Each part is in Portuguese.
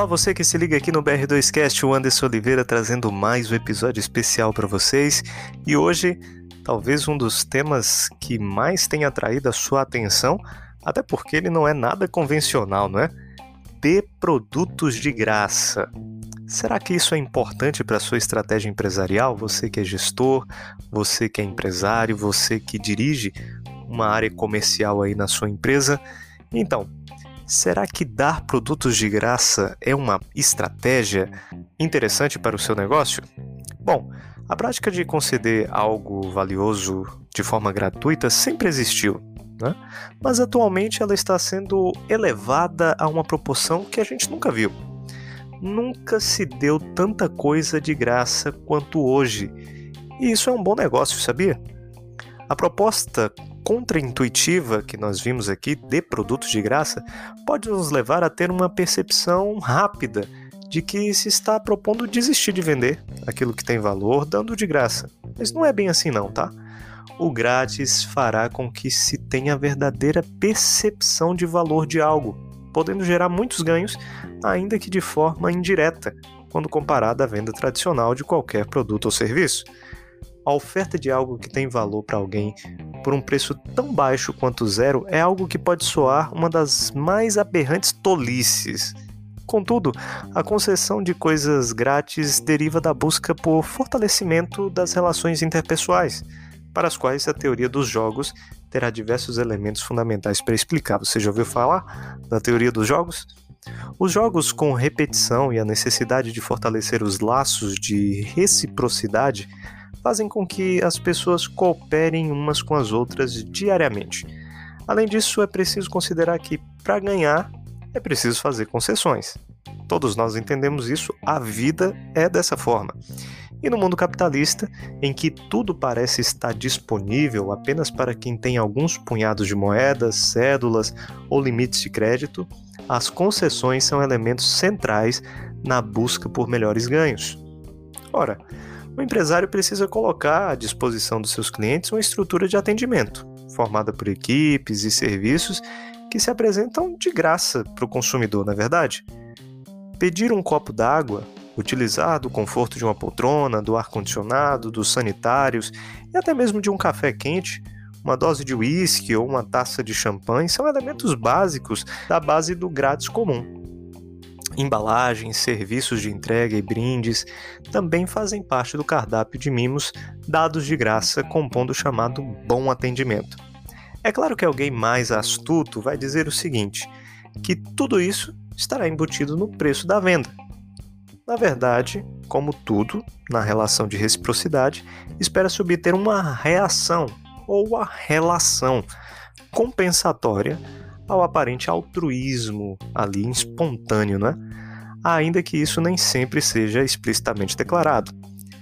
Olá, você que se liga aqui no BR2Cast, o Anderson Oliveira trazendo mais um episódio especial para vocês. E hoje, talvez um dos temas que mais tem atraído a sua atenção, até porque ele não é nada convencional, não é? Dê produtos de graça. Será que isso é importante para a sua estratégia empresarial? Você que é gestor, você que é empresário, você que dirige uma área comercial aí na sua empresa? Então, será que dar produtos de graça é uma estratégia interessante para o seu negócio? Bom, a prática de conceder algo valioso de forma gratuita sempre existiu, né? Mas atualmente ela está sendo elevada a uma proporção que a gente nunca viu. Nunca se deu tanta coisa de graça quanto hoje. E isso é um bom negócio, sabia? A proposta contraintuitiva que nós vimos aqui de produtos de graça pode nos levar a ter uma percepção rápida de que se está propondo desistir de vender aquilo que tem valor dando de graça. Mas não é bem assim não, tá? O grátis fará com que se tenha a verdadeira percepção de valor de algo, podendo gerar muitos ganhos, ainda que de forma indireta, quando comparada à venda tradicional de qualquer produto ou serviço. A oferta de algo que tem valor para alguém por um preço tão baixo quanto zero é algo que pode soar uma das mais aberrantes tolices. Contudo, a concessão de coisas grátis deriva da busca por fortalecimento das relações interpessoais, para as quais a teoria dos jogos terá diversos elementos fundamentais para explicar. Você já ouviu falar da teoria dos jogos? Os jogos com repetição e a necessidade de fortalecer os laços de reciprocidade fazem com que as pessoas cooperem umas com as outras diariamente. Além disso, é preciso considerar que, para ganhar, é preciso fazer concessões. Todos nós entendemos isso, a vida é dessa forma. E no mundo capitalista, em que tudo parece estar disponível apenas para quem tem alguns punhados de moedas, cédulas ou limites de crédito, as concessões são elementos centrais na busca por melhores ganhos. Ora, o empresário precisa colocar à disposição dos seus clientes uma estrutura de atendimento, formada por equipes e serviços que se apresentam de graça para o consumidor, não é verdade? Pedir um copo d'água, utilizar do conforto de uma poltrona, do ar-condicionado, dos sanitários e até mesmo de um café quente, uma dose de uísque ou uma taça de champanhe são elementos básicos da base do grátis comum. Embalagens, serviços de entrega e brindes também fazem parte do cardápio de mimos dados de graça, compondo o chamado bom atendimento. É claro que alguém mais astuto vai dizer o seguinte, que tudo isso estará embutido no preço da venda. Na verdade, como tudo, na relação de reciprocidade, espera-se obter uma reação ou a relação compensatória ao aparente altruísmo ali espontâneo, né? Ainda que isso nem sempre seja explicitamente declarado.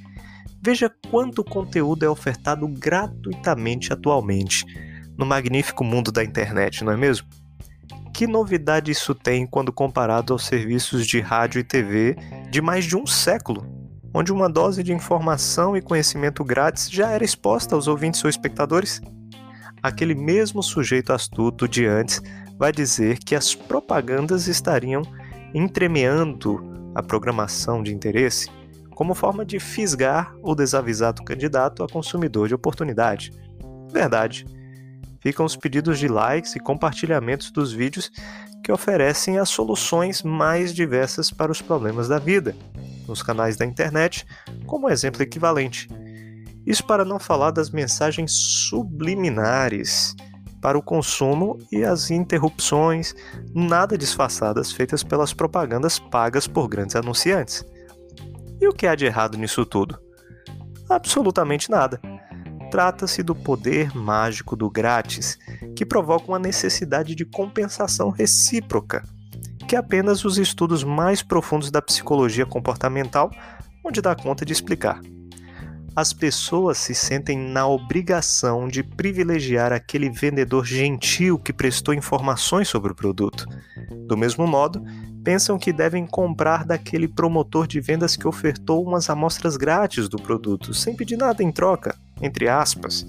Veja quanto conteúdo é ofertado gratuitamente atualmente no magnífico mundo da internet, não é mesmo? Que novidade isso tem quando comparado aos serviços de rádio e TV de mais de um século, onde uma dose de informação e conhecimento grátis já era exposta aos ouvintes ou espectadores? Aquele mesmo sujeito astuto de antes vai dizer que as propagandas estariam entremeando a programação de interesse como forma de fisgar o desavisado candidato a consumidor de oportunidade. Verdade. Ficam os pedidos de likes e compartilhamentos dos vídeos que oferecem as soluções mais diversas para os problemas da vida, nos canais da internet, como exemplo equivalente. Isso para não falar das mensagens subliminares para o consumo e as interrupções nada disfarçadas feitas pelas propagandas pagas por grandes anunciantes. E o que há de errado nisso tudo? Absolutamente nada. Trata-se do poder mágico do grátis, que provoca uma necessidade de compensação recíproca, que apenas os estudos mais profundos da psicologia comportamental onde dá conta de explicar. As pessoas se sentem na obrigação de privilegiar aquele vendedor gentil que prestou informações sobre o produto. Do mesmo modo, pensam que devem comprar daquele promotor de vendas que ofertou umas amostras grátis do produto, sem pedir nada em troca, entre aspas.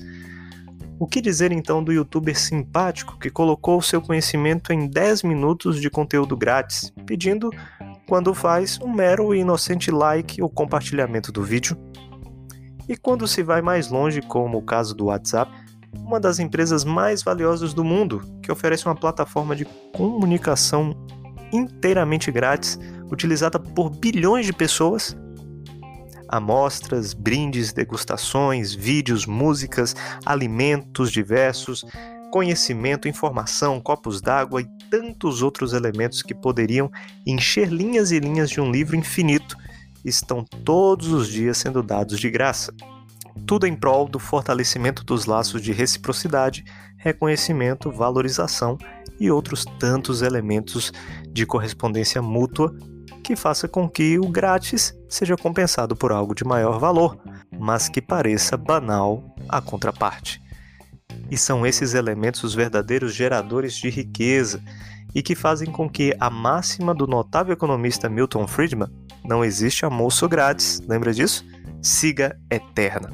O que dizer então do youtuber simpático que colocou o seu conhecimento em 10 minutos de conteúdo grátis, pedindo quando faz um mero e inocente like ou compartilhamento do vídeo. E quando se vai mais longe, como o caso do WhatsApp, uma das empresas mais valiosas do mundo, que oferece uma plataforma de comunicação inteiramente grátis, utilizada por bilhões de pessoas. Amostras, brindes, degustações, vídeos, músicas, alimentos diversos, conhecimento, informação, copos d'água e tantos outros elementos que poderiam encher linhas e linhas de um livro infinito estão todos os dias sendo dados de graça. Tudo em prol do fortalecimento dos laços de reciprocidade, reconhecimento, valorização e outros tantos elementos de correspondência mútua que faça com que o grátis seja compensado por algo de maior valor, mas que pareça banal à contraparte. E são esses elementos os verdadeiros geradores de riqueza e que fazem com que a máxima do notável economista Milton Friedman, não existe almoço grátis, lembra disso? Siga eterna.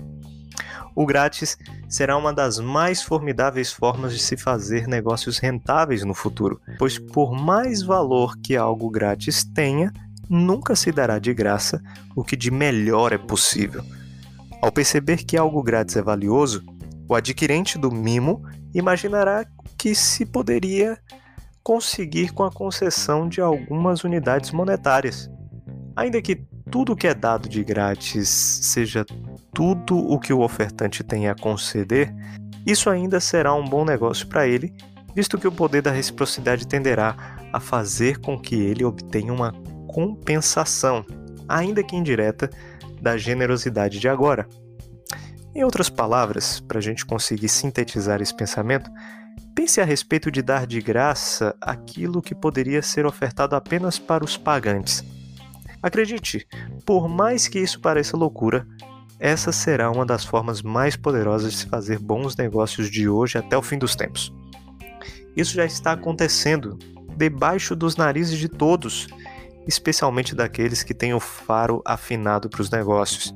O grátis será uma das mais formidáveis formas de se fazer negócios rentáveis no futuro, pois por mais valor que algo grátis tenha, nunca se dará de graça o que de melhor é possível. Ao perceber que algo grátis é valioso, o adquirente do mimo imaginará que se poderia conseguir com a concessão de algumas unidades monetárias. Ainda que tudo que é dado de grátis seja tudo o que o ofertante tem a conceder, isso ainda será um bom negócio para ele, visto que o poder da reciprocidade tenderá a fazer com que ele obtenha uma compensação, ainda que indireta, da generosidade de agora. Em outras palavras, para a gente conseguir sintetizar esse pensamento, pense a respeito de dar de graça aquilo que poderia ser ofertado apenas para os pagantes. Acredite, por mais que isso pareça loucura, essa será uma das formas mais poderosas de se fazer bons negócios de hoje até o fim dos tempos. Isso já está acontecendo debaixo dos narizes de todos, especialmente daqueles que têm o faro afinado para os negócios.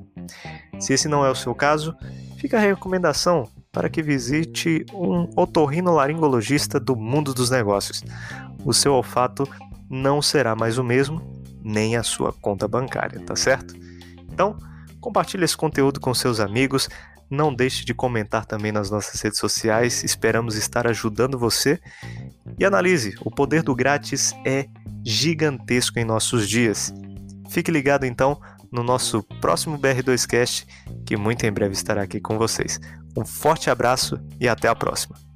Se esse não é o seu caso, fica a recomendação para que visite um otorrinolaringologista do mundo dos negócios. O seu olfato não será mais o mesmo, nem a sua conta bancária, tá certo? Então, compartilhe esse conteúdo com seus amigos, não deixe de comentar também nas nossas redes sociais, esperamos estar ajudando você. E analise, o poder do grátis é gigantesco em nossos dias. Fique ligado então no nosso próximo BR2Cast, que muito em breve estará aqui com vocês. Um forte abraço e até a próxima!